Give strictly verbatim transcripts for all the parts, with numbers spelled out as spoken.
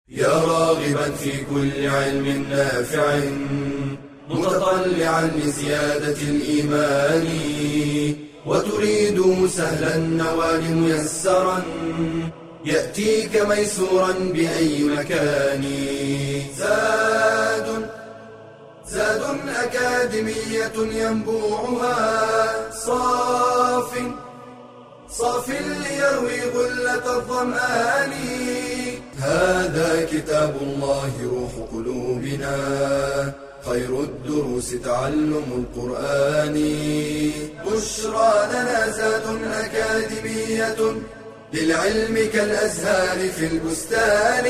يا راغبا في كل علم نافع متطلعا لزيادة الإيمان وتريد سهلا النوال ميسرا يأتيك ميسورا بأي مكان. زاد زاد أكاديمية ينبوعها صاف صاف ليروي غلة الظمآن. هذا كتاب الله روح قلوبنا خير الدروس تعلم القرآن. بشرى لنا زاد أكاديمية للعلم كالأزهار في البستان.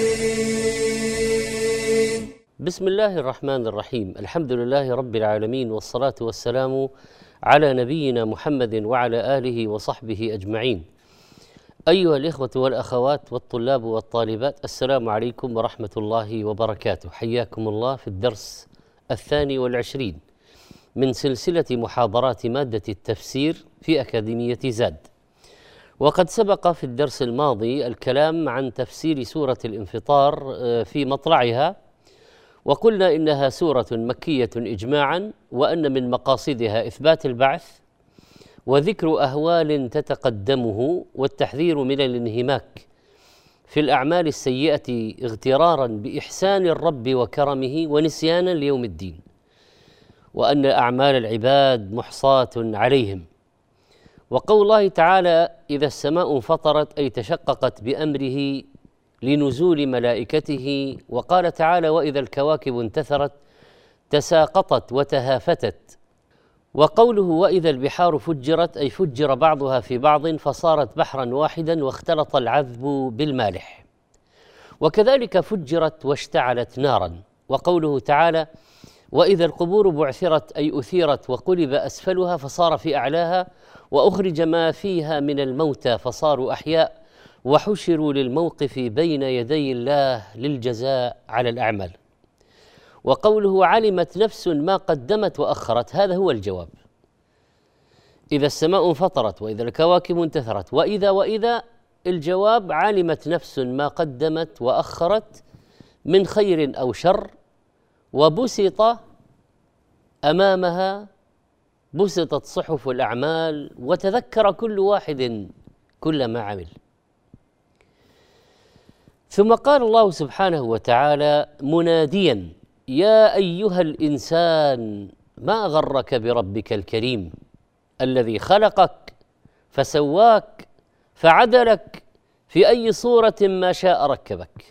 بسم الله الرحمن الرحيم. الحمد لله رب العالمين، والصلاة والسلام على نبينا محمد وعلى آله وصحبه أجمعين. أيها الإخوة والأخوات والطلاب والطالبات، السلام عليكم ورحمة الله وبركاته. حياكم الله في الدرس الثاني والعشرين من سلسلة محاضرات مادة التفسير في أكاديمية زاد. وقد سبق في الدرس الماضي الكلام عن تفسير سورة الانفطار في مطلعها، وقلنا إنها سورة مكية إجماعا، وأن من مقاصدها إثبات البعث وذكر أهوال تتقدمه والتحذير من الانهماك في الأعمال السيئة اغترارا بإحسان الرب وكرمه ونسيانا ليوم الدين، وأن أعمال العباد محصاة عليهم. وقول الله تعالى: إذا السماء انفطرت، أي تشققت بأمره لنزول ملائكته. وقال تعالى: وإذا الكواكب انتثرت تساقطت وتهافتت. وقوله: وإذا البحار فجرت، أي فجر بعضها في بعض فصارت بحرا واحدا واختلط العذب بالمالح. وكذلك فجرت واشتعلت نارا. وقوله تعالى: وإذا القبور بعثرت، أي أثيرت وقلب أسفلها فصار في أعلاها، وأخرج ما فيها من الموتى فصاروا أحياء، وحشروا للموقف بين يدي الله للجزاء على الأعمال. وقوله: علمت نفس ما قدمت وأخرت، هذا هو الجواب. إذا السماء انفطرت، وإذا الكواكب انتثرت، وإذا وإذا الجواب علمت نفس ما قدمت وأخرت من خير أو شر، وبسط أمامها بسطت صحف الأعمال، وتذكر كل واحد كل ما عمل. ثم قال الله سبحانه وتعالى مناديا: يا أيها الإنسان ما غرك بربك الكريم الذي خلقك فسواك فعدلك في أي صورة ما شاء ركبك.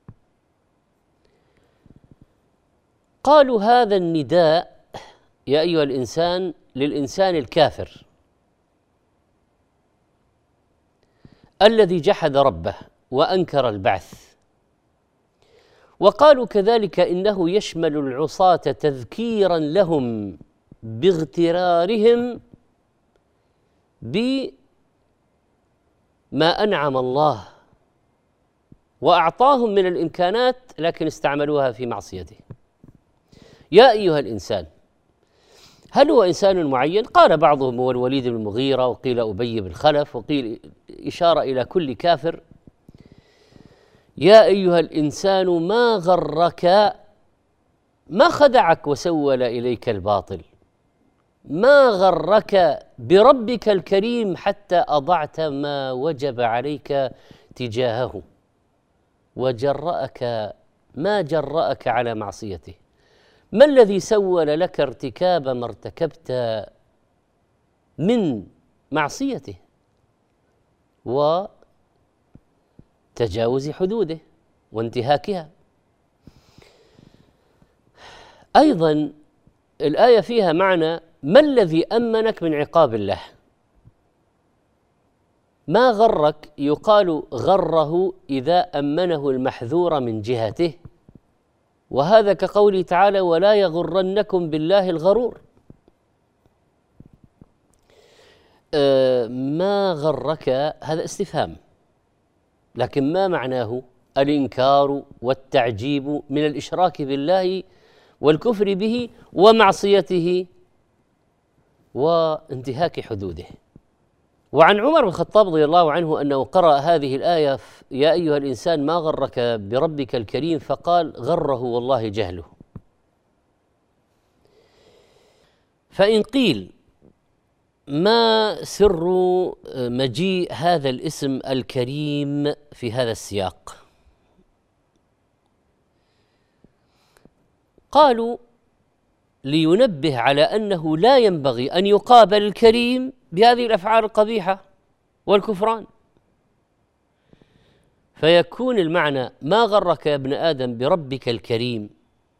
قالوا هذا النداء يا أيها الإنسان للإنسان الكافر الذي جحد ربه وأنكر البعث. وقالوا كذلك إنه يشمل العصاة تذكيرا لهم باغترارهم بما أنعم الله وأعطاهم من الإمكانات، لكن استعملوها في معصيته. يا أيها الإنسان، هل هو إنسان معين؟ قال بعضهم هو الوليد بن المغيرة، وقيل أبي بن خلف، وقيل إشارة إلى كل كافر. يا أيها الإنسان ما غرك، ما خدعك وسول إليك الباطل، ما غرك بربك الكريم حتى أضعت ما وجب عليك تجاهه، وجرأك ما جرأك على معصيته. ما الذي سول لك ارتكاب ما ارتكبت من معصيته وتجاوز حدوده وانتهاكها؟ أيضا الآية فيها معنى: ما الذي أمنك من عقاب الله؟ ما غرك يقال غره إذا أمنه المحذور من جهته، وهذا كقوله تعالى: ولا يغرنكم بالله الغرور. أه ما غرك هذا استفهام، لكن ما معناه؟ الإنكار والتعجيب من الإشراك بالله والكفر به ومعصيته وانتهاك حدوده. وعن عمر بن الخطاب رضي الله عنه أنه قرأ هذه الآية: يا أيها الإنسان ما غرك بربك الكريم، فقال: غره والله جهله. فإن قيل: ما سر مجيء هذا الاسم الكريم في هذا السياق؟ قالوا: لينبه على أنه لا ينبغي أن يقابل الكريم بهذه الأفعال القبيحة والكفران، فيكون المعنى: ما غرك يا ابن آدم بربك الكريم،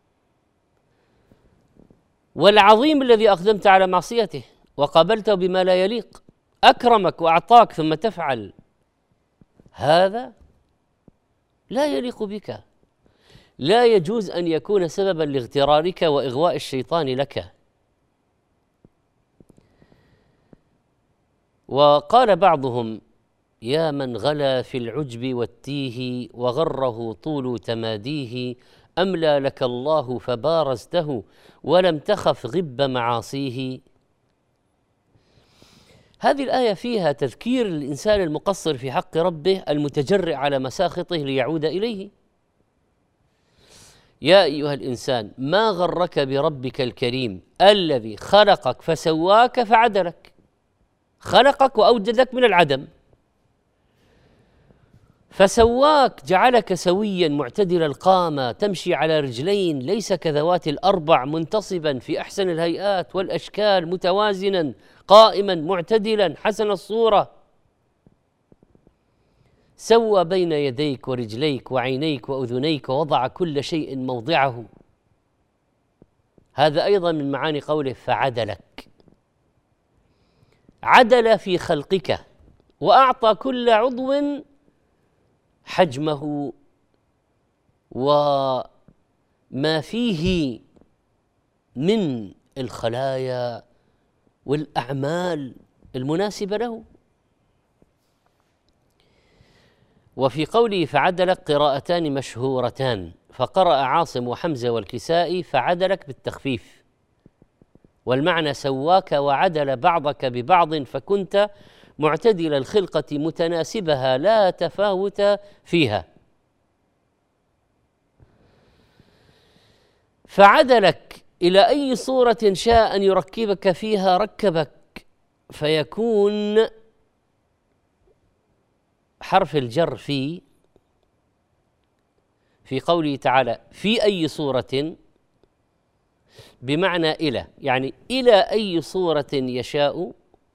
والعظيم الذي أقدمت على معصيته وقابلته بما لا يليق، أكرمك وأعطاك ثم تفعل هذا، لا يليق بك، لا يجوز أن يكون سببا لاغترارك وإغواء الشيطان لك. وقال بعضهم: يا من غلا في العجب والتيه، وغره طول تماديه، أملى لك الله فبارزته، ولم تخف غب معاصيه. هذه الآية فيها تذكير الإنسان المقصر في حق ربه المتجرئ على مساخطه ليعود إليه. يا أيها الإنسان ما غرك بربك الكريم الذي خلقك فسواك فعدلك، خلقك وأوجدك من العدم، فسواك جعلك سويا معتدل القامة، تمشي على رجلين ليس كذوات الأربع، منتصبا في أحسن الهيئات والأشكال، متوازنا قائما معتدلا حسن الصورة، سوى بين يديك ورجليك وعينيك وأذنيك، ووضع كل شيء موضعه. هذا أيضا من معاني قوله فعدلك، عدل في خلقك وأعطى كل عضو حجمه وما فيه من الخلايا والأعمال المناسبة له. وفي قوله فعدلك قراءتان مشهورتان، فقرأ عاصم وحمزة والكسائي فعدلك بالتخفيف، والمعنى سواك وعدل بعضك ببعض، فكنت معتدل الخلقة متناسبها لا تفاوت فيها. فعدلك إلى أي صورة شاء أن يركبك فيها ركبك، فيكون حرف الجر في في قوله تعالى في أي صورة بمعنى إلى، يعني إلى أي صورة يشاء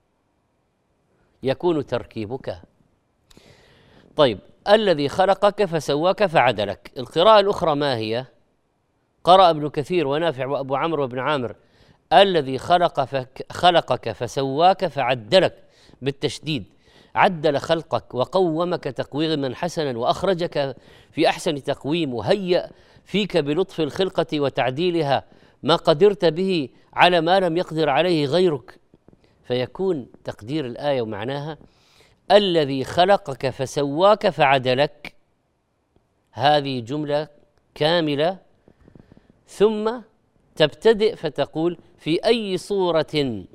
يكون تركيبك. طيب، الذي خلقك فسواك فعدلك، القراءة الأخرى ما هي؟ قرأ ابن كثير ونافع وأبو عمرو وابن عامر الذي خلق فك خلقك فسواك فعدلك بالتشديد، عدل خلقك وقومك تقويما حسنا، وأخرجك في أحسن تقويم، وهيأ فيك بلطف الخلقة وتعديلها ما قدرت به على ما لم يقدر عليه غيرك. فيكون تقدير الآية ومعناها الذي خلقك فسواك فعدلك، هذه جملة كاملة، ثم تبتدئ فتقول في أي صورة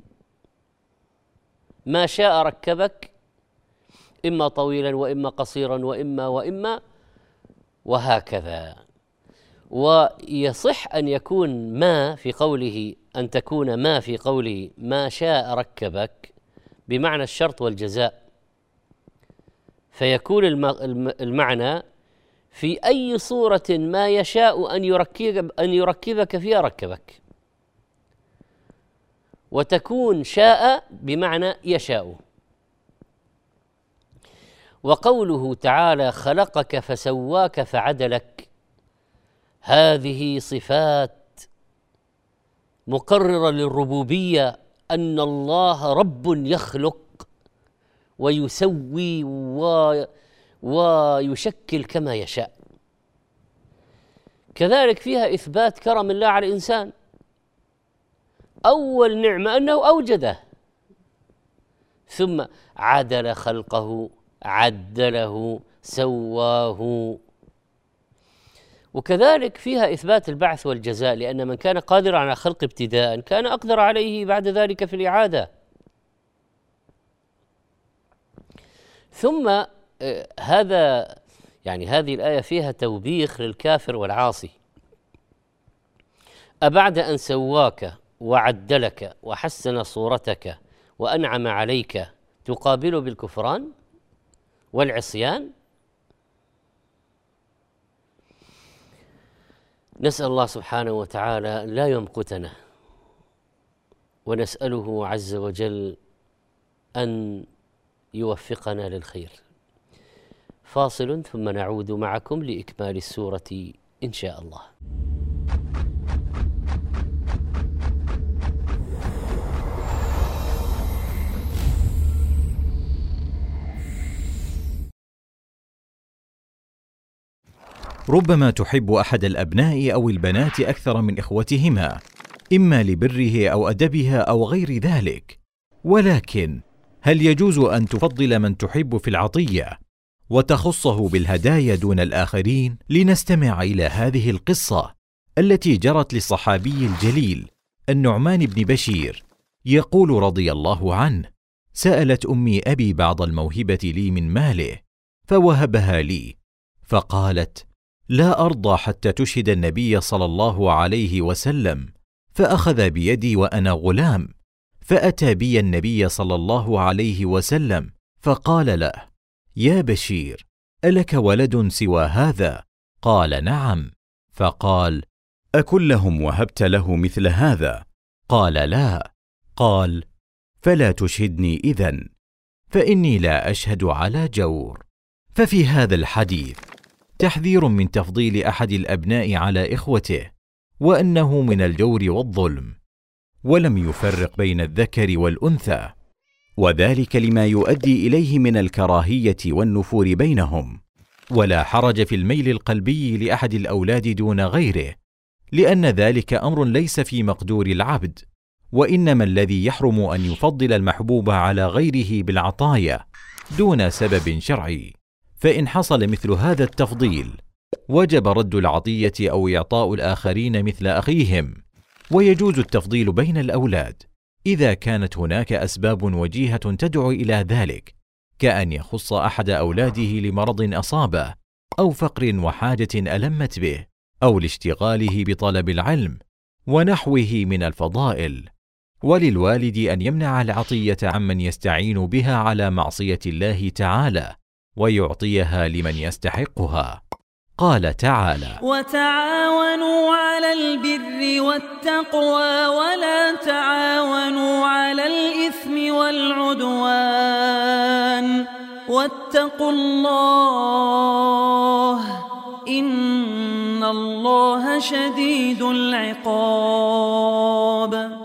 ما شاء ركبك، إما طويلا وإما قصيرا وإما وإما وهكذا. ويصح أن يكون ما في قوله أن تكون ما في قوله ما شاء ركبك بمعنى الشرط والجزاء، فيكون المعنى في أي صورة ما يشاء أن يركب أن يركبك فيها ركبك، وتكون شاء بمعنى يشاء. وقوله تعالى خلقك فسواك فعدلك، هذه صفات مقررة للربوبية، أن الله رب يخلق ويسوي و ويشكل كما يشاء. كذلك فيها إثبات كرم الله على الإنسان، أول نعمة أنه أوجده، ثم عدل خلقه، عدله، سواه. وكذلك فيها إثبات البعث والجزاء، لأن من كان قادرا على خلق ابتداء كان أقدر عليه بعد ذلك في الإعادة. ثم آه هذا يعني هذه الآية فيها توبيخ للكافر والعاصي. أبعد أن سواك وعدلك وحسن صورتك وأنعم عليك تقابل بالكفران والعصيان؟ نسأل الله سبحانه وتعالى لا يمقتنا، ونسأله عز وجل أن يوفقنا للخير. فاصل ثم نعود معكم لإكمال السورة إن شاء الله. ربما تحب أحد الأبناء أو البنات أكثر من إخوتهما، إما لبره أو أدبها أو غير ذلك، ولكن هل يجوز أن تفضل من تحب في العطية وتخصه بالهدايا دون الآخرين؟ لنستمع إلى هذه القصة التي جرت للصحابي الجليل النعمان بن بشير، يقول رضي الله عنه: سألت أمي أبي بعض الموهبة لي من ماله فوهبها لي، فقالت: لا أرضى حتى تشهد النبي صلى الله عليه وسلم، فأخذ بيدي وأنا غلام، فأتى بي النبي صلى الله عليه وسلم فقال له: يا بشير، ألك ولد سوى هذا؟ قال: نعم. فقال: أكلهم وهبت له مثل هذا؟ قال: لا. قال: فلا تشهدني إذن، فإني لا أشهد على جور. ففي هذا الحديث تحذير من تفضيل أحد الأبناء على إخوته، وأنه من الجور والظلم، ولم يفرق بين الذكر والأنثى، وذلك لما يؤدي إليه من الكراهية والنفور بينهم. ولا حرج في الميل القلبي لأحد الأولاد دون غيره، لأن ذلك أمر ليس في مقدور العبد، وإنما الذي يحرم أن يفضل المحبوب على غيره بالعطايا دون سبب شرعي. فإن حصل مثل هذا التفضيل وجب رد العطية أو إعطاء الآخرين مثل أخيهم. ويجوز التفضيل بين الأولاد إذا كانت هناك أسباب وجيهة تدعو إلى ذلك، كأن يخص أحد أولاده لمرض أصابه، أو فقر وحاجة ألمت به، أو لاشتغاله بطلب العلم ونحوه من الفضائل. وللوالد أن يمنع العطية عمن يستعين بها على معصية الله تعالى، ويعطيها لمن يستحقها. قال تعالى: وتعاونوا على البر والتقوى ولا تعاونوا على الإثم والعدوان واتقوا الله إن الله شديد العقاب.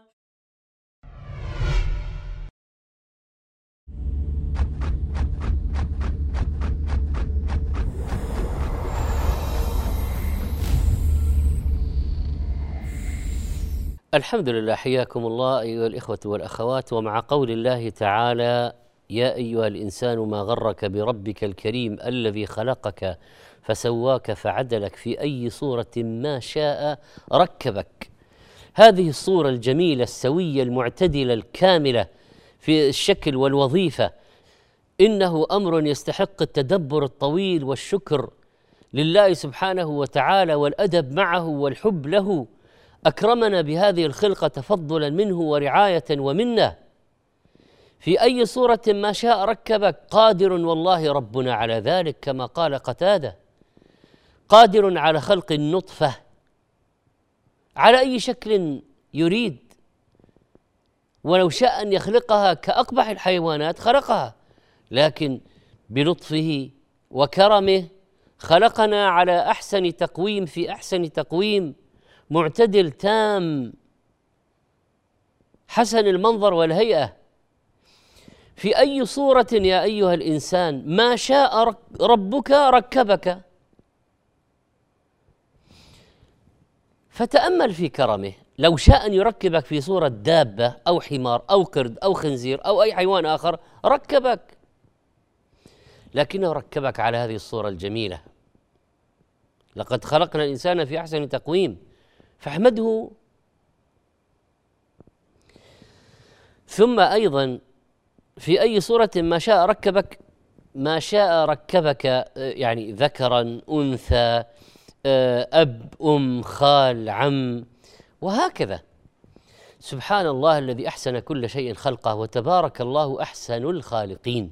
الحمد لله، حياكم الله أيها الإخوة والأخوات. ومع قول الله تعالى: يا أيها الإنسان ما غرك بربك الكريم الذي خلقك فسواك فعدلك في أي صورة ما شاء ركبك. هذه الصورة الجميلة السوية المعتدلة الكاملة في الشكل والوظيفة إنه أمر يستحق التدبر الطويل والشكر لله سبحانه وتعالى والأدب معه والحب له. أكرمنا بهذه الخلقة تفضلا منه ورعاية ومنة. في أي صورة ما شاء ركبك، قادر والله ربنا على ذلك، كما قال قتادة: قادر على خلق النطفة على أي شكل يريد، ولو شاء أن يخلقها كأقبح الحيوانات خلقها، لكن بلطفه وكرمه خلقنا على أحسن تقويم في أحسن تقويم، معتدل تام حسن المنظر والهيئة. في أي صورة يا أيها الإنسان ما شاء ربك ركبك. فتأمل في كرمه، لو شاء أن يركبك في صورة دابة أو حمار أو قرد أو خنزير أو أي حيوان آخر ركبك، لكنه ركبك على هذه الصورة الجميلة. لقد خلقنا الإنسان في أحسن تقويم، فاحمده. ثم أيضا في أي صورة ما شاء ركبك ما شاء ركبك، يعني ذكرا أنثى، أب أم خال عم وهكذا. سبحان الله الذي أحسن كل شيء خلقه وتبارك الله أحسن الخالقين.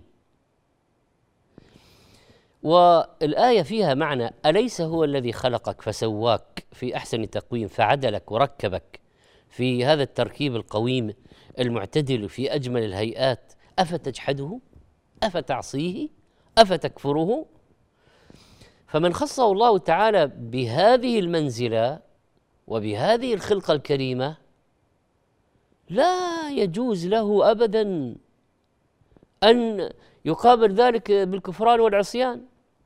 والآية فيها معنى: أليس هو الذي خلقك فسواك في أحسن تقويم فعدلك وركبك في هذا التركيب القويم المعتدل في أجمل الهيئات، أفتجحده؟ أفتعصيه؟ أفتكفره؟ فمن خصه الله تعالى بهذه المنزلة وبهذه الخلقة الكريمة لا يجوز له أبدا أن يقابل ذلك بالكفران والعصيان.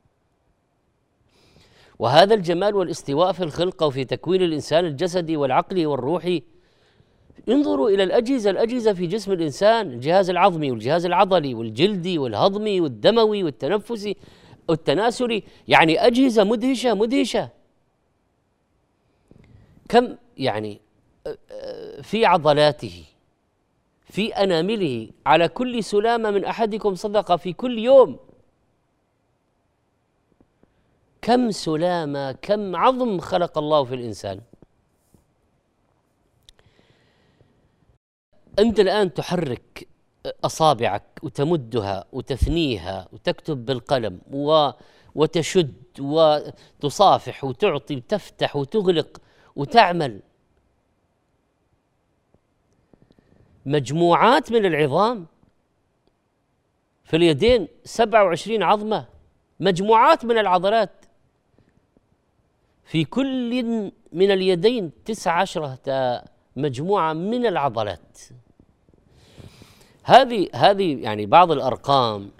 وهذا الجمال والاستواء في الخلقة وفي تكوين الإنسان الجسدي والعقلي والروحي. انظروا إلى الأجهزة الأجهزة في جسم الإنسان، الجهاز العظمي والجهاز العضلي والجلدي والهضمي والدموي والتنفسي والتناسلي، يعني أجهزة مدهشة مدهشة. كم يعني في عضلاته، في أنامله، على كل سلامة من أحدكم صدقة في كل يوم. كم سلامة، كم عظم خلق الله في الإنسان. أنت الآن تحرك أصابعك وتمدها وتثنيها وتكتب بالقلم و وتشد وتصافح وتعطي وتفتح وتغلق وتعمل. مجموعات من العظام في اليدين، سبعة وعشرين عظمة، مجموعات من العضلات في كل من اليدين، تسع عشرة مجموعة من العضلات. هذه هذه يعني بعض الأرقام.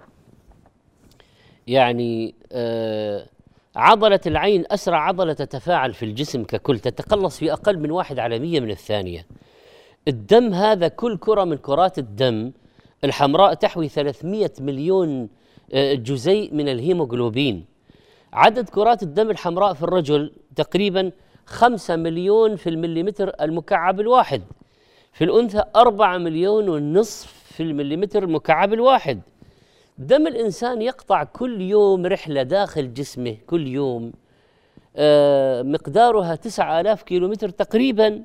يعني آه عضلة العين أسرع عضلة تتفاعل في الجسم ككل، تتقلص في أقل من واحد على مية من الثانية. الدم هذا، كل كرة من كرات الدم الحمراء تحوي ثلاثمئة مليون جزيء من الهيموغلوبين. عدد كرات الدم الحمراء في الرجل تقريبا خمسة مليون في المليمتر المكعب الواحد، في الأنثى أربعة مليون ونصف في المليمتر المكعب الواحد. دم الإنسان يقطع كل يوم رحلة داخل جسمه، كل يوم آه مقدارها تسعة آلاف كيلومتر تقريبا.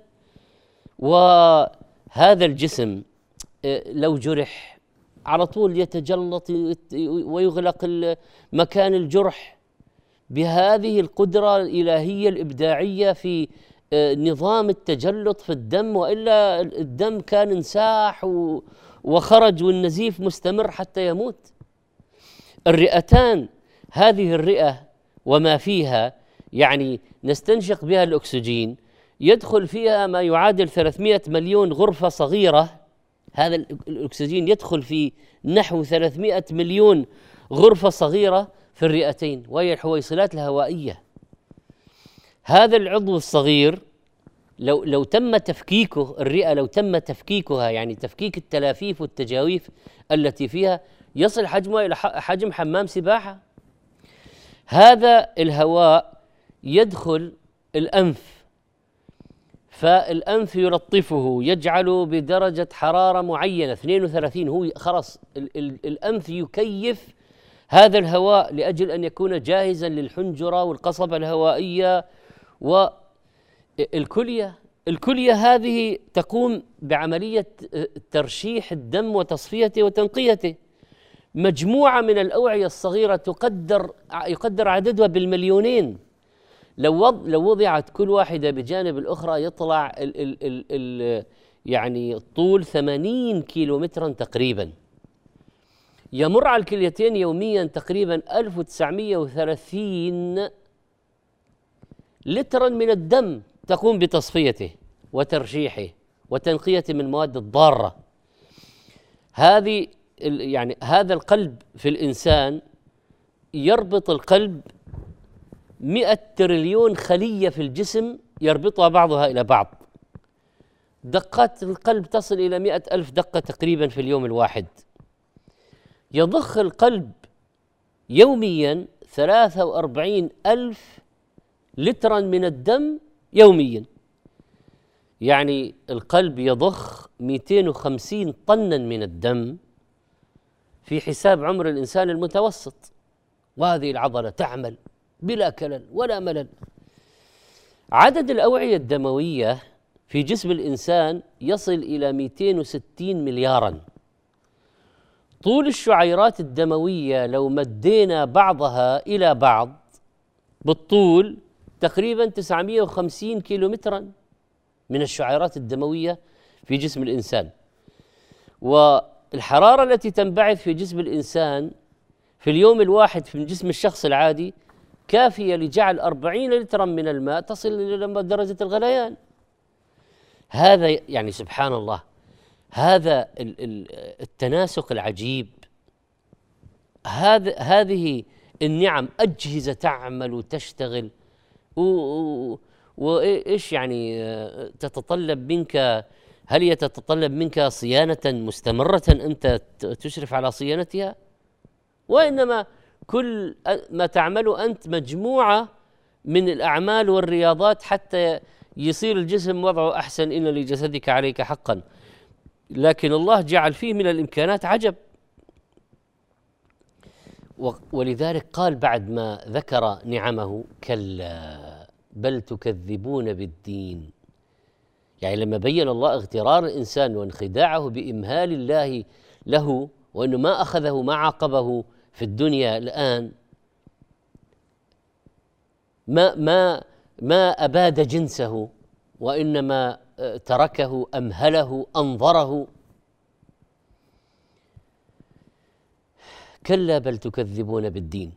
وهذا الجسم آه لو جرح على طول يتجلط ويغلق مكان الجرح بهذه القدرة الإلهية الإبداعية في نظام التجلط في الدم، وإلا الدم كان انساح وخرج والنزيف مستمر حتى يموت. الرئتان، هذه الرئة وما فيها يعني نستنشق بها الأكسجين، يدخل فيها ما يعادل ثلاثمئة مليون غرفة صغيرة. هذا الأكسجين يدخل في نحو ثلاثمئة مليون غرفة صغيرة في الرئتين، وهي الحويصلات الهوائية. هذا العضو الصغير لو لو تم تفكيكه، الرئة لو تم تفكيكها، يعني تفكيك التلافيف والتجاويف التي فيها، يصل حجمها إلى حجم حمام سباحة. هذا الهواء يدخل الأنف، فالأنف يلطفه، يجعله بدرجة حرارة معينة اثنين وثلاثين. هو خلاص ال ال الأنف يكيف هذا الهواء لأجل أن يكون جاهزا للحنجرة والقصبة الهوائية. والكلية، الكلية هذه تقوم بعملية ترشيح الدم وتصفيته وتنقيته. مجموعة من الأوعية الصغيرة تقدر يقدر عددها بالمليونين. لو لو وضعت كل واحدة بجانب الأخرى يطلع ال ال ال ال يعني طول ثمانين كيلومترا تقريبا. يمر على الكليتين يوميا تقريبا ألف وتسعمئة وثلاثين لترا من الدم تقوم بتصفيته وترشيحه وتنقيته من المواد الضارة. هذه يعني هذا القلب في الإنسان يربط القلب مئة تريليون خلية في الجسم، يربطها بعضها إلى بعض. دقات القلب تصل إلى مئة ألف دقة تقريبا في اليوم الواحد. يضخ القلب يوميا ثلاثة وأربعين ألف لترا من الدم يوميا، يعني القلب يضخ مئتين وخمسين طنا من الدم في حساب عمر الإنسان المتوسط، وهذه العضلة تعمل بلا كلل ولا ملل. عدد الأوعية الدموية في جسم الإنسان يصل إلى مئتين وستين ملياراً. طول الشعيرات الدموية لو مدينا بعضها إلى بعض بالطول تقريباً تسعمئة وخمسين كيلومتراً من الشعيرات الدموية في جسم الإنسان. والحرارة التي تنبعث في جسم الإنسان في اليوم الواحد في جسم الشخص العادي كافية لجعل أربعين لترا من الماء تصل إلى درجة الغليان. هذا يعني سبحان الله، هذا التناسق العجيب، هذا هذه النعم، أجهزة تعمل وتشتغل، وإيش يعني تتطلب منك؟ هل هي تتطلب منك صيانة مستمرة أنت تشرف على صيانتها؟ وإنما كل ما تعمله أنت مجموعة من الأعمال والرياضات حتى يصير الجسم وضعه أحسن. إن لجسدك عليك حقا، لكن الله جعل فيه من الإمكانات عجب. ولذلك قال بعد ما ذكر نعمه: كلا بل تكذبون بالدين. يعني لما بين الله اغترار الإنسان وانخداعه بإمهال الله له، وأنه ما أخذه ما عاقبه في الدنيا الآن، ما ما ما أباد جنسه، وإنما تركه، أمهله، أنظره. كلا بل تكذبون بالدين،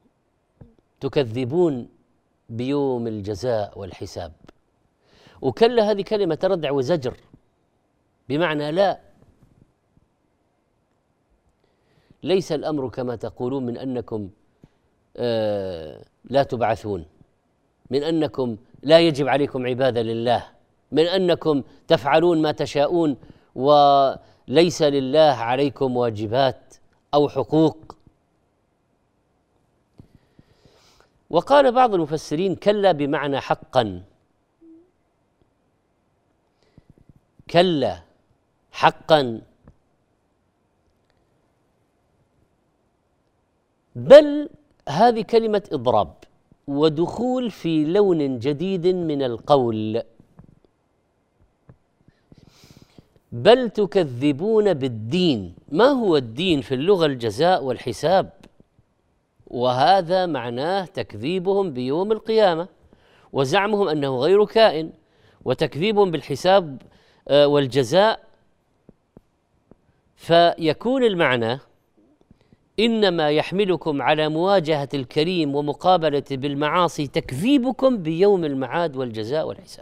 تكذبون بيوم الجزاء والحساب. وكلا هذه كلمة ردع وزجر، بمعنى لا، ليس الأمر كما تقولون من أنكم آه لا تبعثون، من أنكم لا يجب عليكم عبادة لله، من أنكم تفعلون ما تشاءون وليس لله عليكم واجبات أو حقوق. وقال بعض المفسرين: كلا بمعنى حقا، كلا حقا، بل هذه كلمة إضراب ودخول في لون جديد من القول. بل تكذبون بالدين. ما هو الدين في اللغة؟ الجزاء والحساب، وهذا معناه تكذيبهم بيوم القيامة وزعمهم أنه غير كائن، وتكذيبهم بالحساب والجزاء. فيكون المعنى: إنما يحملكم على مواجهة الكريم ومقابلة بالمعاصي تكذيبكم بيوم المعاد والجزاء والحساب.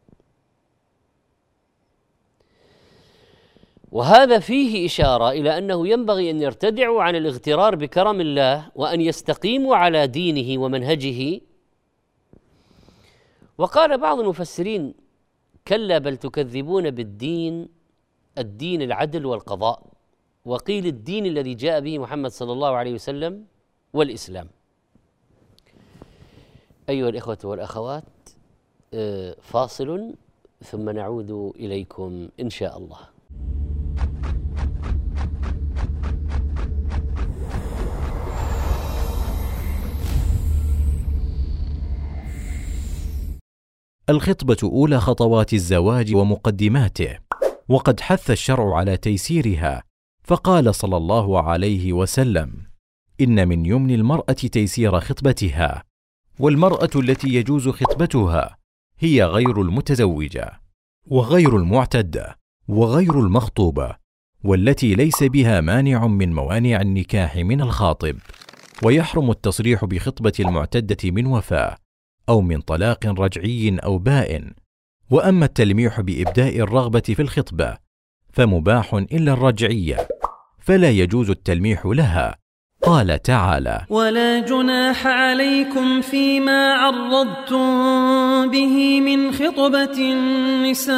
وهذا فيه إشارة إلى أنه ينبغي أن يرتدعوا عن الاغترار بكرم الله، وأن يستقيموا على دينه ومنهجه. وقال بعض المفسرين: كلا بل تكذبون بالدين، الدين العدل والقضاء، وقيل الدين الذي جاء به محمد صلى الله عليه وسلم والإسلام. أيها الإخوة والأخوات، فاصل ثم نعود إليكم إن شاء الله. الخطبة أولى خطوات الزواج ومقدماته، وقد حث الشرع على تيسيرها، فقال صلى الله عليه وسلم: إن من يمن المرأة تيسير خطبتها. والمرأة التي يجوز خطبتها هي غير المتزوجة، وغير المعتدة، وغير المخطوبة، والتي ليس بها مانع من موانع النكاح من الخاطب. ويحرم التصريح بخطبة المعتدة من وفاة أو من طلاق رجعي أو بائن. وأما التلميح بإبداء الرغبة في الخطبة فمباح إلا الرجعية، فلا يجوز التلميح لها. قال تعالى: ولا جناح عليكم فيما عرضتم به من خطبة النساء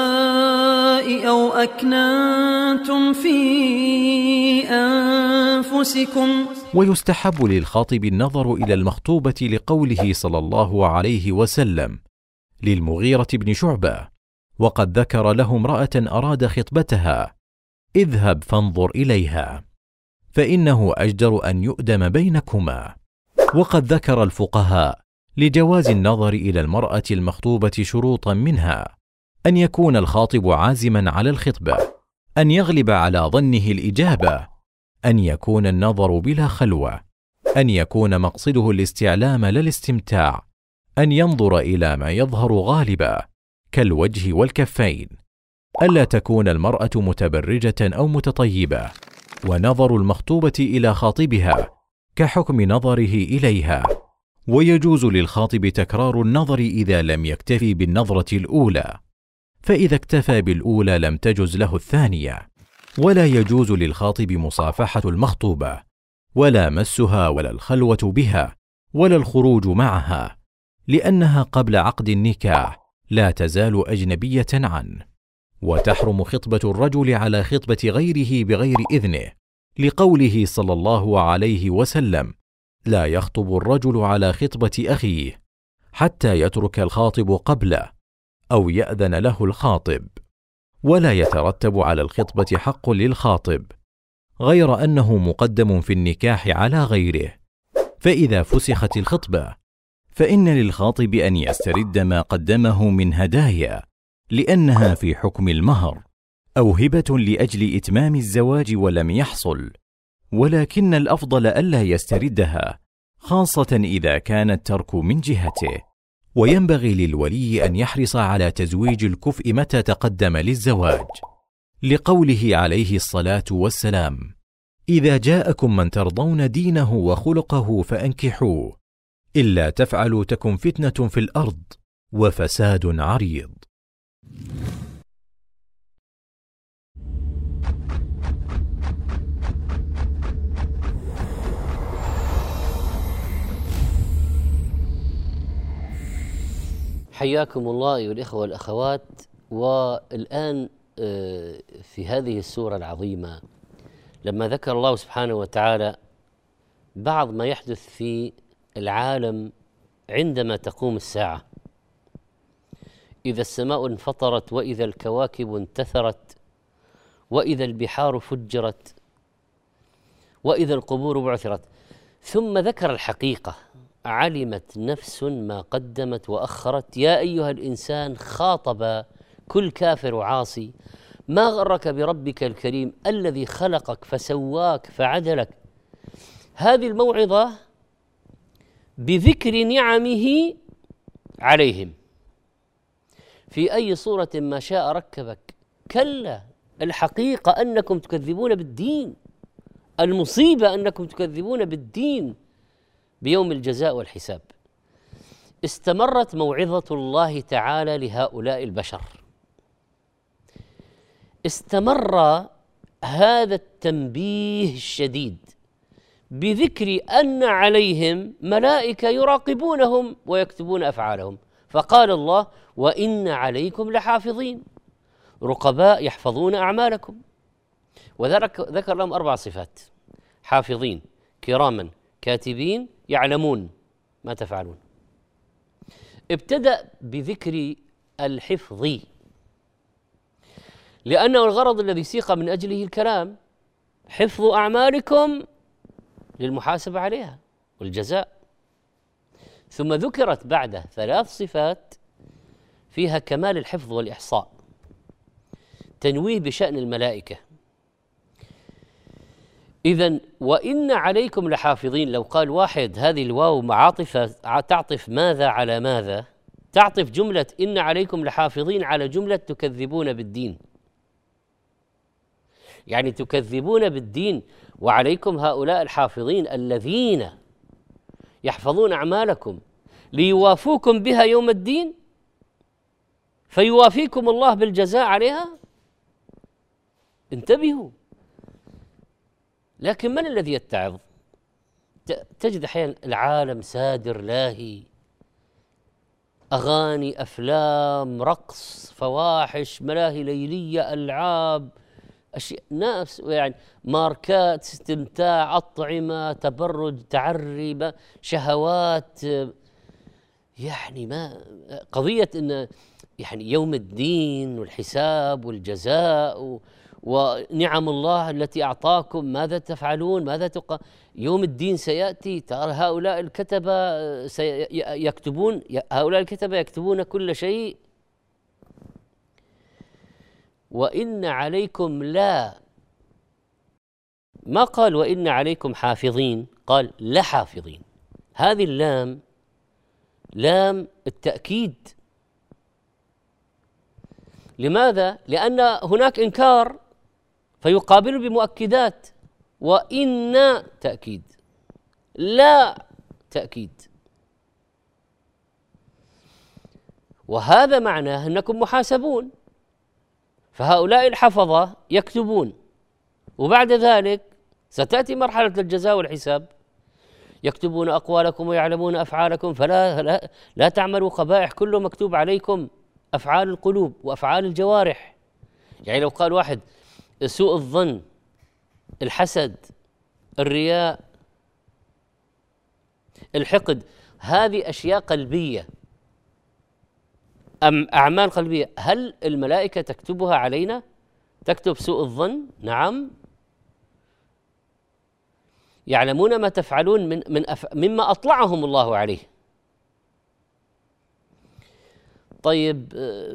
أو أكننتم في أنفسكم. ويستحب للخاطب النظر إلى المخطوبة لقوله صلى الله عليه وسلم للمغيرة بن شعبة: وقد ذكر له امرأة أراد خطبتها: اذهب فانظر إليها. فإنه أجدر أن يؤدم بينكما. وقد ذكر الفقهاء لجواز النظر إلى المرأة المخطوبة شروطا، منها أن يكون الخاطب عازما على الخطبة، أن يغلب على ظنه الإجابة، أن يكون النظر بلا خلوة، أن يكون مقصده الاستعلام لا الاستمتاع، أن ينظر إلى ما يظهر غالبا كالوجه والكفين، ألا تكون المرأة متبرجة أو متطيبة، ونظر المخطوبة إلى خاطبها كحكم نظره إليها. ويجوز للخاطب تكرار النظر إذا لم يكتفي بالنظرة الأولى، فإذا اكتفى بالأولى لم تجز له الثانية. ولا يجوز للخاطب مصافحة المخطوبة، ولا مسها، ولا الخلوة بها، ولا الخروج معها، لأنها قبل عقد النكاح لا تزال أجنبية عنه. وتحرم خطبة الرجل على خطبة غيره بغير إذنه، لقوله صلى الله عليه وسلم: لا يخطب الرجل على خطبة أخيه حتى يترك الخاطب قبله أو يأذن له الخاطب. ولا يترتب على الخطبة حق للخاطب غير أنه مقدم في النكاح على غيره. فإذا فسخت الخطبة فإن للخاطب أن يسترد ما قدمه من هدايا، لأنها في حكم المهر أو هبة لأجل إتمام الزواج ولم يحصل، ولكن الأفضل ألا يستردها، خاصة إذا كان الترك من جهته. وينبغي للولي أن يحرص على تزويج الكفء متى تقدم للزواج، لقوله عليه الصلاة والسلام: إذا جاءكم من ترضون دينه وخلقه فأنكحوه، إلا تفعلوا تكن فتنة في الأرض وفساد عريض. حياكم الله أيها الإخوة والأخوات. والآن في هذه السورة العظيمة لما ذكر الله سبحانه وتعالى بعض ما يحدث في العالم عندما تقوم الساعة، إذا السماء انفطرت، وإذا الكواكب انتثرت، وإذا البحار فجرت، وإذا القبور بعثرت، ثم ذكر الحقيقة: علمت نفس ما قدمت وأخرت، يا أيها الإنسان خاطب كل كافر وعاصي، ما غرك بربك الكريم الذي خلقك فسواك فعدلك. هذه الموعظة بذكر نعمه عليهم، في أي صورة ما شاء ركبك. كلا، الحقيقة أنكم تكذبون بالدين، المصيبة أنكم تكذبون بالدين بيوم الجزاء والحساب. استمرت موعظة الله تعالى لهؤلاء البشر، استمر هذا التنبيه الشديد بذكر أن عليهم ملائكة يراقبونهم ويكتبون أفعالهم، فقال الله: وإن عليكم لحافظين رقباء يحفظون أعمالكم. وذكر لهم أربع صفات: حافظين، كراما، كاتبين، يعلمون ما تفعلون. ابتدأ بذكر الحفظ، لأنه الغرض الذي سيق من أجله الكلام، حفظ أعمالكم للمحاسبة عليها والجزاء. ثم ذكرت بعده ثلاث صفات فيها كمال الحفظ والإحصاء، تنويه بشأن الملائكة. إذن وإن عليكم لحافظين، لو قال واحد هذه الواو معاطفة تعطف ماذا على ماذا؟ تعطف جملة إن عليكم لحافظين على جملة تكذبون بالدين، يعني تكذبون بالدين وعليكم هؤلاء الحافظين الذين يحفظون أعمالكم ليوافوكم بها يوم الدين، فيوافيكم الله بالجزاء عليها. انتبهوا. لكن من الذي يتعظ؟ تجد أحيانا العالم سادر لاهي، أغاني، أفلام، رقص، فواحش، ملاهي ليلية، ألعاب، أشياء، ناس يعني ماركات، استمتاع، أطعمة، تبرج، تعري، شهوات. يعني ما قضية إن يعني يوم الدين والحساب والجزاء ونعم الله التي أعطاكم ماذا تفعلون ماذا تق... يوم الدين سيأتي ترى هؤلاء الكتبة سيكتبون هؤلاء الكتبة يكتبون كل شيء. وإن عليكم لا ما قال وإن عليكم حافظين، قال لحافظين. هذه اللام لام التأكيد. لماذا؟ لأن هناك إنكار فيقابل بمؤكدات. وإن تأكيد، لا تأكيد، وهذا معناه أنكم محاسبون. فهؤلاء الحفظة يكتبون، وبعد ذلك ستأتي مرحلة الجزاء والحساب، يكتبون أقوالكم ويعلمون أفعالكم فلا لا, لا تعملوا قبائح، كله مكتوب عليكم، أفعال القلوب وأفعال الجوارح. يعني لو قال واحد سوء الظن، الحسد، الرياء، الحقد، هذه أشياء قلبية، أم أعمال قلبية. هل الملائكة تكتبها علينا؟ تكتب سوء الظن؟ نعم. يعلمون ما تفعلون من من أف... مما أطلعهم الله عليه. طيب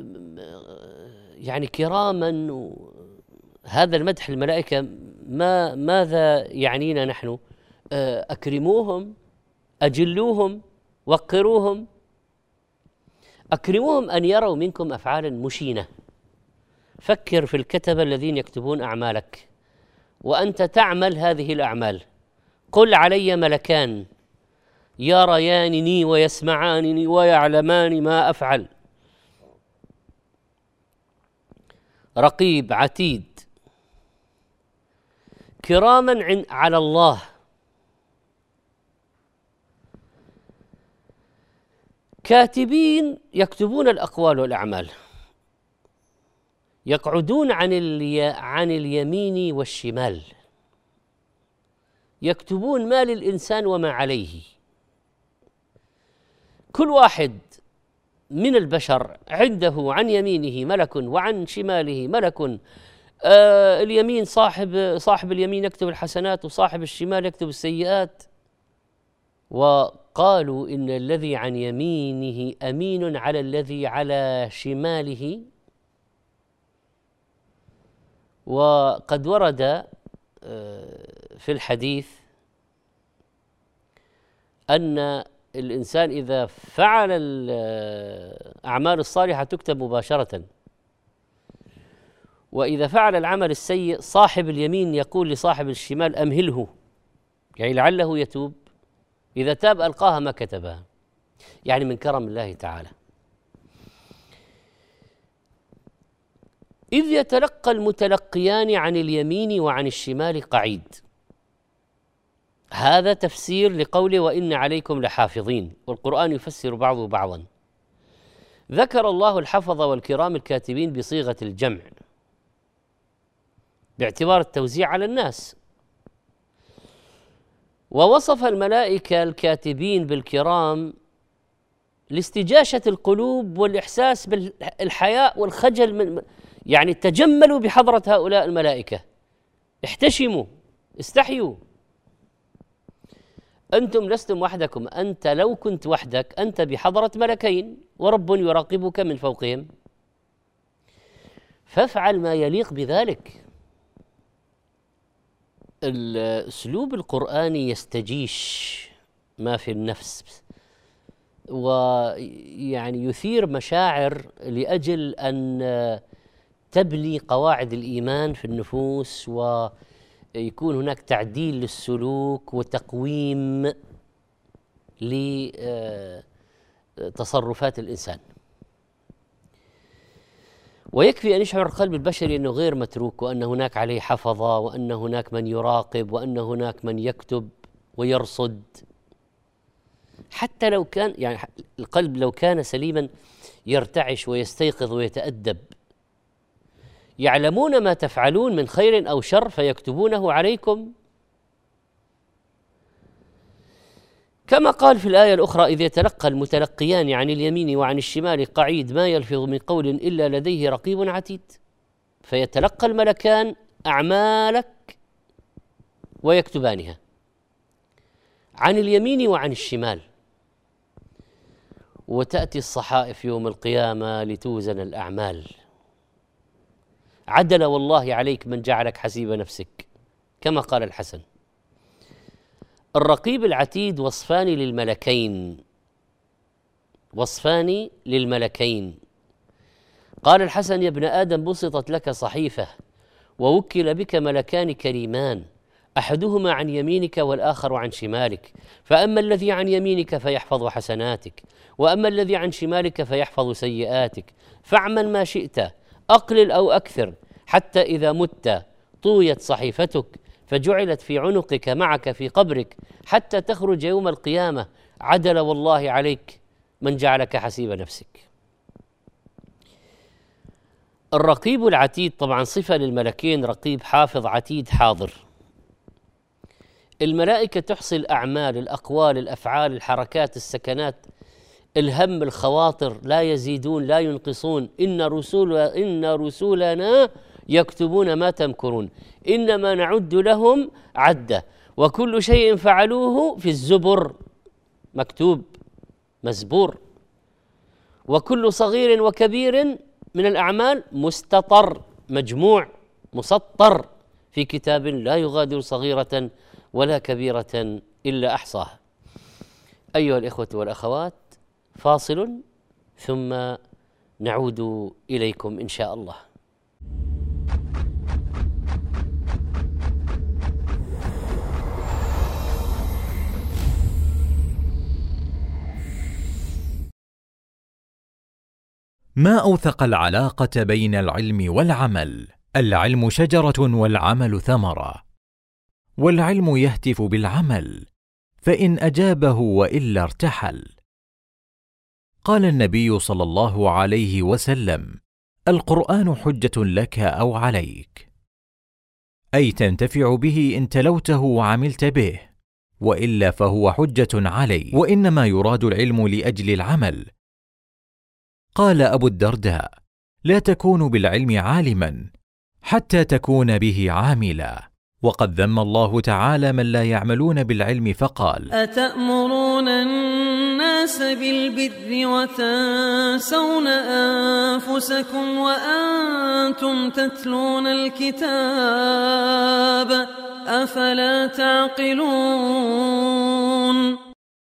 يعني كراما، هذا المدح الملائكة ما ماذا يعنينا نحن؟ أكرموهم، أجلوهم، وقروهم. أكرموهم أن يروا منكم أفعالا مشينة. فكر في الكتبة الذين يكتبون أعمالك وأنت تعمل هذه الأعمال. قل علي ملكان يريانني ويسمعانني ويعلمان ما أفعل، رقيب عتيد، كراما على الله. كاتبين يكتبون الأقوال والأعمال، يقعدون عن الي... عن اليمين والشمال، يكتبون ما للإنسان وما عليه. كل واحد من البشر عنده عن يمينه ملك وعن شماله ملك. آه اليمين صاحب صاحب اليمين يكتب الحسنات وصاحب الشمال يكتب السيئات. وقالوا إن الذي عن يمينه أمين على الذي على شماله. وقد ورد في الحديث أن الإنسان إذا فعل الأعمال الصالحة تكتب مباشرة، وإذا فعل العمل السيء صاحب اليمين يقول لصاحب الشمال أمهله، يعني لعله يتوب، إذا تاب ألقاها ما كتبها. يعني من كرم الله تعالى. إذ يتلقى المتلقيان عن اليمين وعن الشمال قعيد. هذا تفسير لقوله وإن عليكم لحافظين، والقرآن يفسر بعضه بعضا. ذكر الله الحفظ والكرام الكاتبين بصيغة الجمع باعتبار التوزيع على الناس، ووصف الملائكة الكاتبين بالكرام لاستجاشة القلوب والإحساس بالحياء والخجل من، يعني تجملوا بحضرة هؤلاء الملائكة، احتشموا، استحيوا. أنتم لستم وحدكم، أنت لو كنت وحدك أنت بحضرة ملكين ورب يراقبك من فوقهم، فافعل ما يليق بذلك. الأسلوب القرآني يستجيش ما في النفس، ويعني يثير مشاعر لأجل أن تبني قواعد الإيمان في النفوس، ويكون هناك تعديل للسلوك وتقويم لتصرفات الإنسان. ويكفي أن يشعر القلب البشري أنه غير متروك، وأن هناك عليه حفظة، وأن هناك من يراقب، وأن هناك من يكتب ويرصد. حتى لو كان يعني القلب لو كان سليما يرتعش ويستيقظ ويتأدب. يعلمون ما تفعلون من خير أو شر فيكتبونه عليكم، كما قال في الآية الأخرى إذ يتلقى المتلقيان عن اليمين وعن الشمال قعيد ما يلفظ من قول إلا لديه رقيب عتيد. فيتلقى الملكان أعمالك ويكتبانها عن اليمين وعن الشمال، وتأتي الصحائف يوم القيامة لتوزن الأعمال. عدل والله عليك من جعلك حسيب نفسك، كما قال الحسن. الرقيب العتيد وصفان للملكين، وصفان للملكين. قال الحسن: يا ابن آدم، بسطت لك صحيفة ووكل بك ملكان كريمان، أحدهما عن يمينك والآخر عن شمالك، فأما الذي عن يمينك فيحفظ حسناتك، وأما الذي عن شمالك فيحفظ سيئاتك، فاعمل ما شئت أقلل أو أكثر، حتى إذا مت طويت صحيفتك فجعلت في عنقك معك في قبرك حتى تخرج يوم القيامة. عدل والله عليك من جعلك حسيب نفسك. الرقيب العتيد طبعا صفة للملكين، رقيب حافظ عتيد حاضر. الملائكة تحصي الأعمال، الأقوال، الأفعال، الحركات، السكنات، الهم، الخواطر، لا يزيدون لا ينقصون. إن رسول إن رسولنا يكتبون ما تمكرون، إنما نعد لهم عدة، وكل شيء فعلوه في الزبر، مكتوب مزبور، وكل صغير وكبير من الأعمال مستطر، مجموع مسطر في كتاب لا يغادر صغيرة ولا كبيرة إلا أحصاها. أيها الإخوة والأخوات، فاصل ثم نعود إليكم إن شاء الله. ما أوثق العلاقة بين العلم والعمل. العلم شجرة والعمل ثمرة، والعلم يهتف بالعمل، فإن أجابه وإلا ارتحل. قال النبي صلى الله عليه وسلم: القرآن حجة لك أو عليك، أي تنتفع به إن تلوته وعملت به، وإلا فهو حجة عليك، وإنما يراد العلم لأجل العمل. قال أبو الدرداء: لا تكون بالعلم عالما حتى تكون به عاملا. وقد ذم الله تعالى من لا يعملون بالعلم فقال: أتأمرون الناس بالبر وتنسون أنفسكم وأنتم تتلون الكتاب أفلا تعقلون.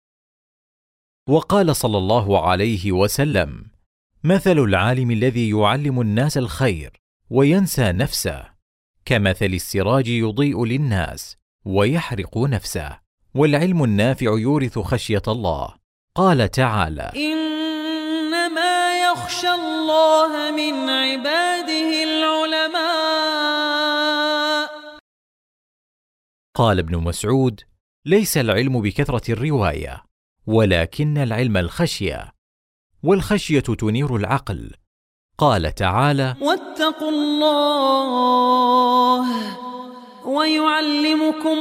وقال صلى الله عليه وسلم: مثل العالم الذي يعلم الناس الخير وينسى نفسه كمثل السراج يضيء للناس ويحرق نفسه. والعلم النافع يورث خشية الله. قال تعالى: إنما يخشى الله من عباده العلماء. قال ابن مسعود: ليس العلم بكثرة الرواية، ولكن العلم الخشية، والخشية تنير العقل. قال تعالى: واتقوا الله ويعلمكم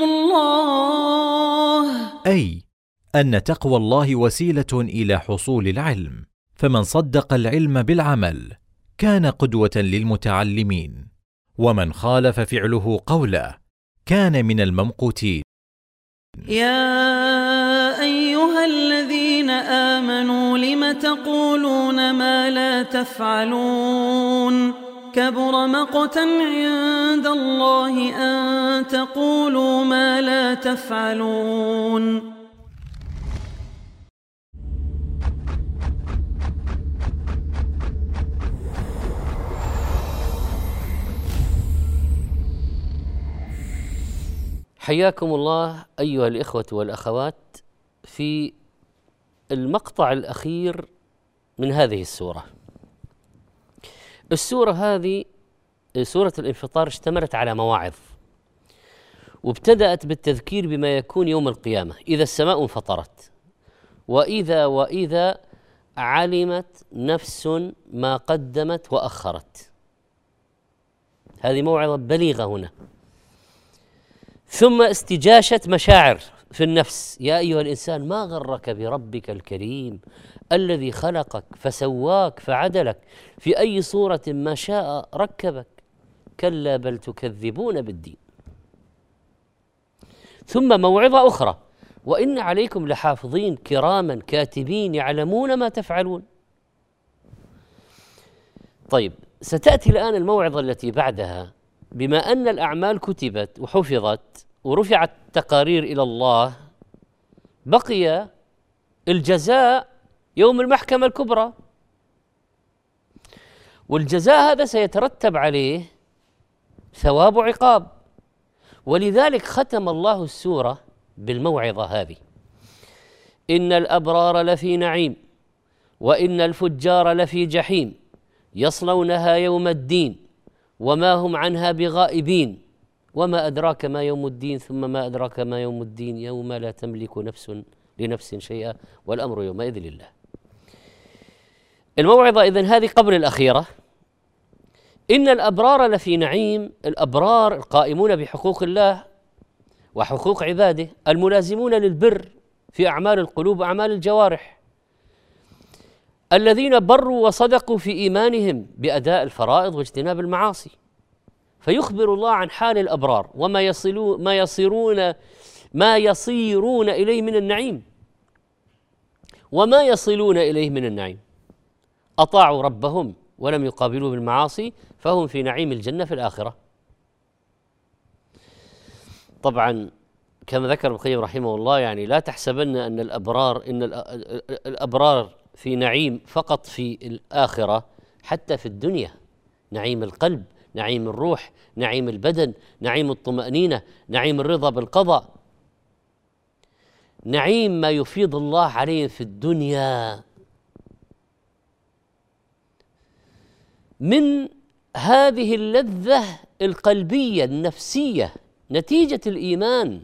الله، أي أن تقوى الله وسيلة إلى حصول العلم، فمن صدق العلم بالعمل كان قدوة للمتعلمين، ومن خالف فعله قوله كان من الممقوتين. يا أيها الذين آمنوا لم تقولون ما لا تفعلون كبر مقتا عند الله أن تقولوا ما لا تفعلون. حياكم الله أيها الإخوة والأخوات في المقطع الأخير من هذه السورة. السورة هذه سورة الانفطار اشتملت على مواعظ، وابتدأت بالتذكير بما يكون يوم القيامة، إذا السماء انفطرت، وإذا وإذا علمت نفس ما قدمت وأخرت. هذه موعظة بليغة هنا. ثم استجاشة مشاعر في النفس: يا أيها الإنسان ما غرك بربك الكريم الذي خلقك فسواك فعدلك، في أي صورة ما شاء ركبك. كلا بل تكذبون بالدين. ثم موعظة أخرى: وإن عليكم لحافظين كراما كاتبين يعلمون ما تفعلون. طيب، ستأتي الآن الموعظة التي بعدها: بما أن الأعمال كتبت وحفظت ورفعت تقارير إلى الله، بقي الجزاء يوم المحكمة الكبرى، والجزاء هذا سيترتب عليه ثواب وعقاب. ولذلك ختم الله السورة بالموعظة هذه: إن الأبرار لفي نعيم وإن الفجار لفي جحيم يصلونها يوم الدين وما هم عنها بغائبين وما أدراك ما يوم الدين ثم ما أدراك ما يوم الدين يوم لا تملك نفس لنفس شيئا والأمر يومئذ لله. الموعظة إذن هذه قبل الأخيرة. إن الأبرار لفي نعيم، الأبرار القائمون بحقوق الله وحقوق عباده، الملازمون للبر في أعمال القلوب وأعمال الجوارح، الذين بروا وصدقوا في إيمانهم بأداء الفرائض واجتناب المعاصي. فيخبر الله عن حال الأبرار وما يصلون ما يصيرون ما يصيرون إليه من النعيم وما يصلون إليه من النعيم. أطاعوا ربهم ولم يقابلوه بالمعاصي فهم في نعيم الجنة في الآخرة. طبعا كما ذكر ابن القيم رحمه الله، يعني لا تحسبن أن الأبرار إن الأبرار في نعيم فقط في الآخرة، حتى في الدنيا نعيم القلب، نعيم الروح، نعيم البدن، نعيم الطمأنينة، نعيم الرضا بالقضاء، نعيم ما يفيض الله عليهم في الدنيا من هذه اللذة القلبية النفسية نتيجة الإيمان.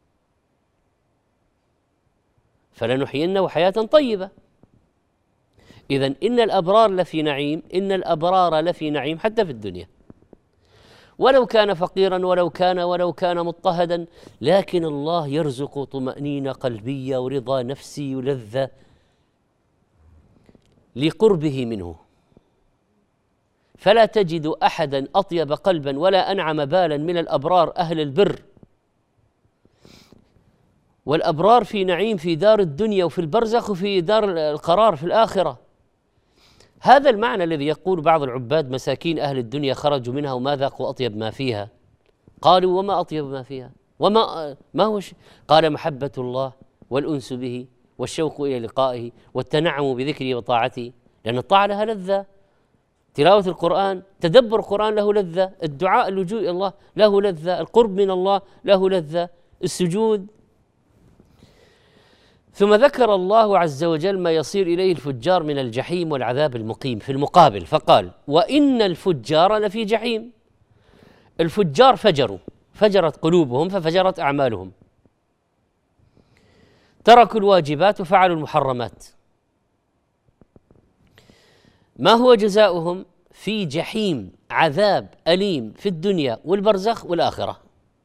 فلنحيينه حياة طيبة. إذن إن الأبرار لفي نعيم، إن الأبرار لفي نعيم حتى في الدنيا، ولو كان فقيرا ولو كان ولو كان مضطهدا، لكن الله يرزق طمأنينة قلبية ورضا نفسي ولذة لقربه منه. فلا تجد أحدا أطيب قلبا ولا أنعم بالا من الأبرار أهل البر. والأبرار في نعيم في دار الدنيا وفي البرزخ وفي دار القرار في الآخرة. هذا المعنى الذي يقول بعض العباد: مساكين أهل الدنيا خرجوا منها وما ذاقوا أطيب ما فيها. قالوا: وما أطيب ما فيها؟ وما ما هو ش... قال: محبة الله والأنس به والشوق إلى لقائه والتنعم بذكره وطاعته، لأن الطاعة لها لذة، تلاوة القرآن، تدبر القرآن له لذة، الدعاء اللجوء إلى الله له لذة، القرب من الله له لذة، السجود. ثم ذكر الله عز وجل ما يصير إليه الفجار من الجحيم والعذاب المقيم في المقابل، فقال: وإن الفجار لفي جحيم. الفجار فجروا، فجرت قلوبهم ففجرت أعمالهم، تركوا الواجبات وفعلوا المحرمات. ما هو جزاؤهم؟ في جحيم، عذاب أليم في الدنيا والبرزخ والآخرة.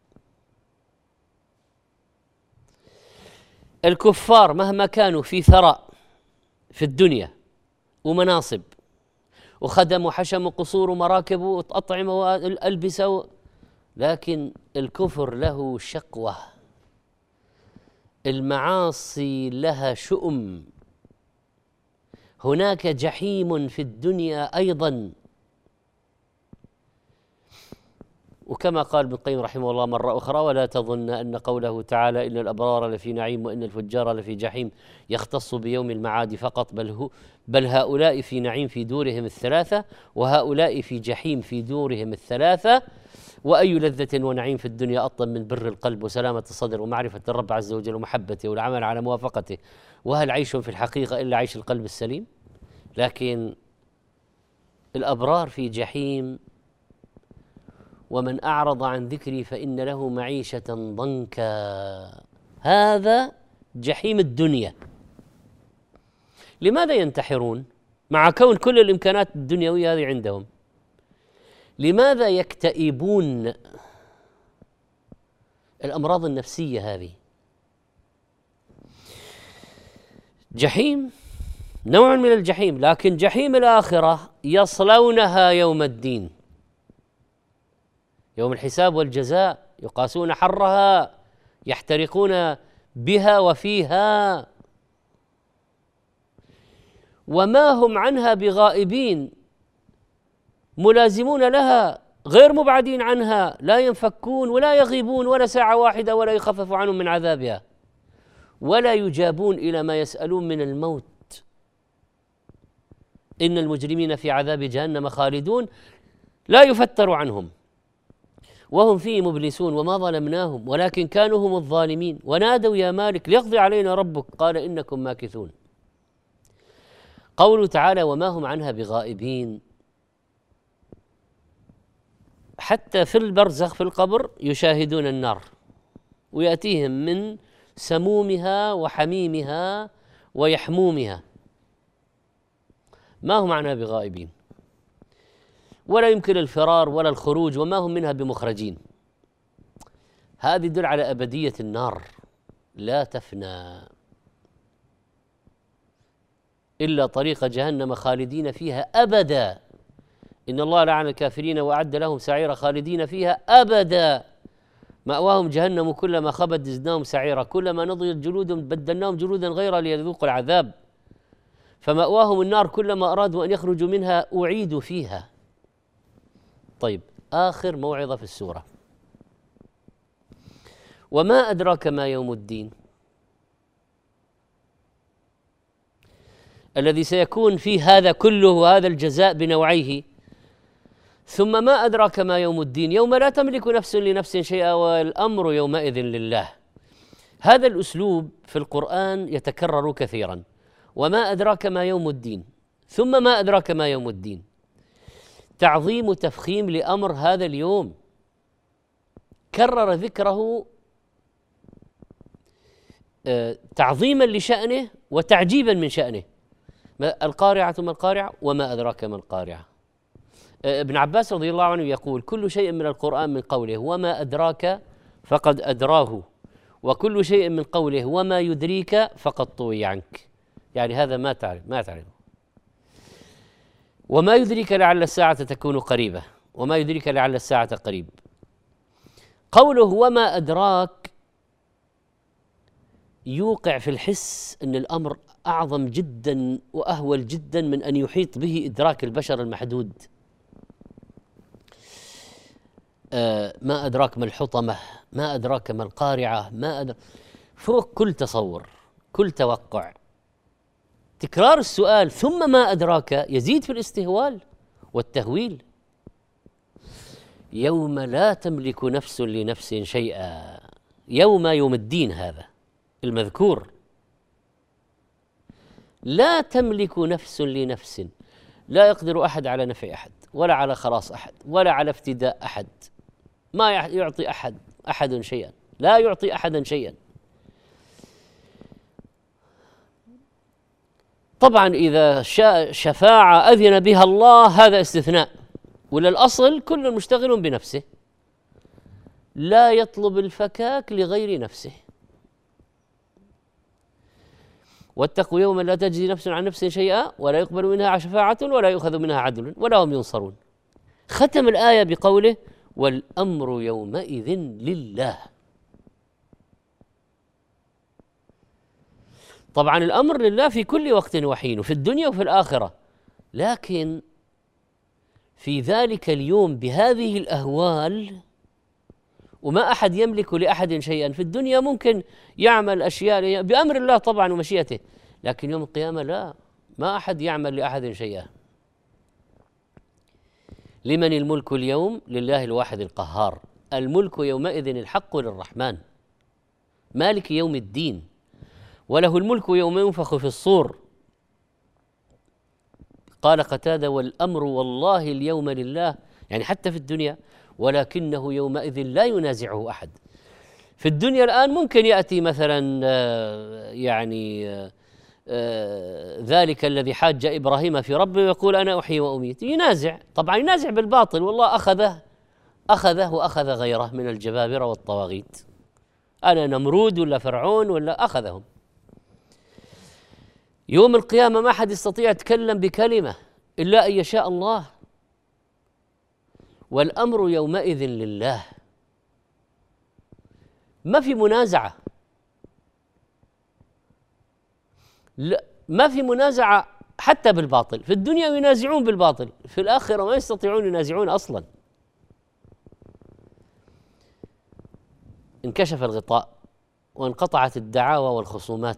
الكفار مهما كانوا في ثراء في الدنيا ومناصب وخدم وحشم وقصور ومراكب وأطعمة وألبسة، لكن الكفر له شقوة، المعاصي لها شؤم. هناك جحيم في الدنيا أيضا. وكما قال ابن القيم رحمه الله مرة أخرى: ولا تظن أن قوله تعالى إن الأبرار لفي نعيم وإن الفجار لفي جحيم يختص بيوم المعاد فقط، بل هو بل هؤلاء في نعيم في دورهم الثلاثة وهؤلاء في جحيم في دورهم الثلاثة. وأي لذة ونعيم في الدنيا أطيب من بر القلب وسلامة الصدر ومعرفة الرب عز وجل ومحبته والعمل على موافقته. وهل عيش في الحقيقة إلا عيش القلب السليم؟ لكن الأبرار في جحيم: ومن أعرض عن ذكري فإن له معيشة ضنكا. هذا جحيم الدنيا. لماذا ينتحرون مع كون كل الإمكانات الدنيوية هذه عندهم؟ لماذا يكتئبون؟ الأمراض النفسية هذه. جحيم نوع من الجحيم، لكن جحيم الآخرة يصلونها يوم الدين. يوم الحساب والجزاء، يقاسون حرها، يحترقون بها وفيها، وما هم عنها بغائبين، ملازمون لها غير مبعدين عنها، لا ينفكون ولا يغيبون ولا ساعة واحدة، ولا يخفف عنهم من عذابها، ولا يجابون إلى ما يسألون من الموت. إن المجرمين في عذاب جهنم خالدون لا يفتر عنهم وهم فيه مبلسون. وما ظلمناهم ولكن كانوا هم الظالمين. ونادوا يا مالك ليقضي علينا ربك قال إنكم ماكثون. قوله تعالى وما هم عنها بغائبين، حتى في البرزخ في القبر يشاهدون النار ويأتيهم من سمومها وحميمها ويحمومها، ما هم عنها بغائبين، ولا يمكن الفرار ولا الخروج، وما هم منها بمخرجين. هذا يدل على أبدية النار لا تفنى إلا طريق جهنم خالدين فيها أبدا. إن الله لعن الكافرين وأعد لهم سعيرا خالدين فيها أبدا. مأواهم جهنم كلما خبت زدناهم سعيرا كلما نضجت جلودهم بدلناهم جلودا غيرها ليذوقوا العذاب. فمأواهم النار كلما أرادوا أن يخرجوا منها أعيدوا فيها. طيب، آخر موعظة في السورة. وما أدراك ما يوم الدين الذي سيكون فيه هذا كله وهذا الجزاء بنوعيه. ثم ما أدراك ما يوم الدين يوم لا تملك نفس لنفس شيئا والأمر يومئذ لله. هذا الأسلوب في القرآن يتكرر كثيرا. وما أدراك ما يوم الدين ثم ما أدراك ما يوم الدين، تعظيم وتفخيم لأمر هذا اليوم، كرر ذكره تعظيما لشأنه وتعجيبا من شأنه. القارعة ما القارعة وما أدراك ما القارعة. ابن عباس رضي الله عنه يقول كل شيء من القرآن من قوله وما أدراك فقد أدراه، وكل شيء من قوله وما يدريك فقد طوي عنك، يعني هذا ما تعرف ما تعرف. وما يدريك لعل الساعة تكون قريبة، وما يدريك لعل الساعة قريب. قوله وما أدراك يوقع في الحس أن الأمر أعظم جدا وأهول جدا من أن يحيط به إدراك البشر المحدود. آه ما أدراك ما الحطمة، ما أدراك ما القارعة، ما أدراك، فوق كل تصور كل توقع. تكرار السؤال ثم ما أدراك يزيد في الاستهوال والتهويل. يوم لا تملك نفس لنفس شيئا، يوم يوم الدين هذا المذكور، لا تملك نفس لنفس، لا يقدر أحد على نفع أحد ولا على خلاص أحد ولا على افتداء أحد، ما يعطي أحد أحد شيئا، لا يعطي أحدا شيئا. طبعا إذا شاء شفاعة أذن بها الله هذا استثناء، ولا الأصل كل مشتغل بنفسه لا يطلب الفكاك لغير نفسه. واتقوا يوما لا تجزي نفس عن نفس شيئا ولا يقبل منها شفاعة ولا يؤخذ منها عدل ولا هم ينصرون. ختم الآية بقوله والأمر يومئذ لله. طبعا الأمر لله في كل وقت وحين، وفي الدنيا وفي الآخرة، لكن في ذلك اليوم بهذه الأهوال وما أحد يملك لأحد شيئا. في الدنيا ممكن يعمل أشياء بأمر الله طبعا ومشيئته، لكن يوم القيامة لا، ما أحد يعمل لأحد شيئا. لمن الملك اليوم؟ لله الواحد القهار. الملك يومئذ الحق للرحمن مالك يوم الدين، وله الملك يوم ينفخ في الصور. قال قتادة والأمر والله اليوم لله، يعني حتى في الدنيا، ولكنه يومئذ لا ينازعه أحد. في الدنيا الآن ممكن يأتي مثلا يعني ذلك الذي حاج إبراهيم في ربه ويقول أنا أحيي وأميت، ينازع، طبعا ينازع بالباطل، والله أخذه أخذه وأخذ غيره من الجبابرة والطواغيت، أنا نمرود ولا فرعون ولا أخذهم. يوم القيامة ما أحد يستطيع يتكلم بكلمة إلا أن يشاء الله، والأمر يومئذ لله. ما في منازعة، لا ما في منازعة حتى بالباطل. في الدنيا ينازعون بالباطل، في الآخرة ما يستطيعون ينازعون أصلا. انكشف الغطاء وانقطعت الدعاوى والخصومات.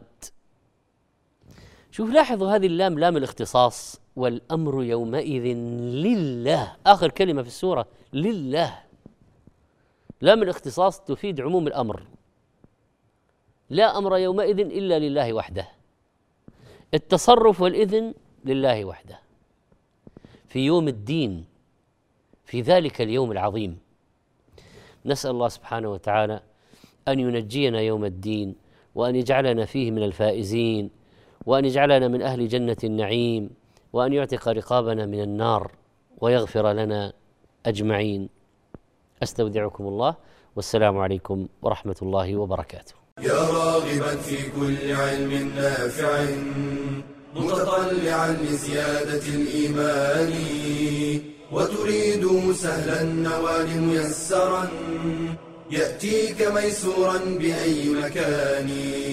شوف لاحظوا هذه اللام لام الاختصاص، والأمر يومئذ لله، آخر كلمة في السورة لله. لام الاختصاص تفيد عموم الأمر، لا أمر يومئذ إلا لله وحده، التصرف والإذن لله وحده في يوم الدين، في ذلك اليوم العظيم. نسأل الله سبحانه وتعالى أن ينجينا يوم الدين، وأن يجعلنا فيه من الفائزين، وأن يجعلنا من أهل جنة النعيم، وأن يعتق رقابنا من النار، ويغفر لنا أجمعين. أستودعكم الله، والسلام عليكم ورحمة الله وبركاته. يا راغبا في كل علم نافع متطلعا لزيادة الإيمان، وتريد سهلا النوال ميسرا يأتيك ميسورا بأي مكان.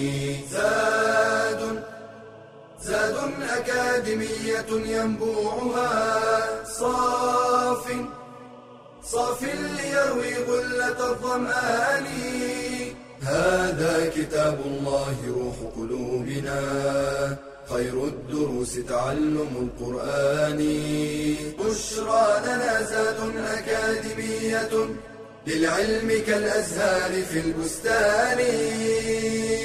زاد زاد أكاديمية ينبوعها صاف صاف ليروي غلة الظمآن. هذا كتاب الله روح قلوبنا، خير الدروس تعلم القرآن. بشرى لنا زاد أكاديمية للعلم كالأزهار في البستان.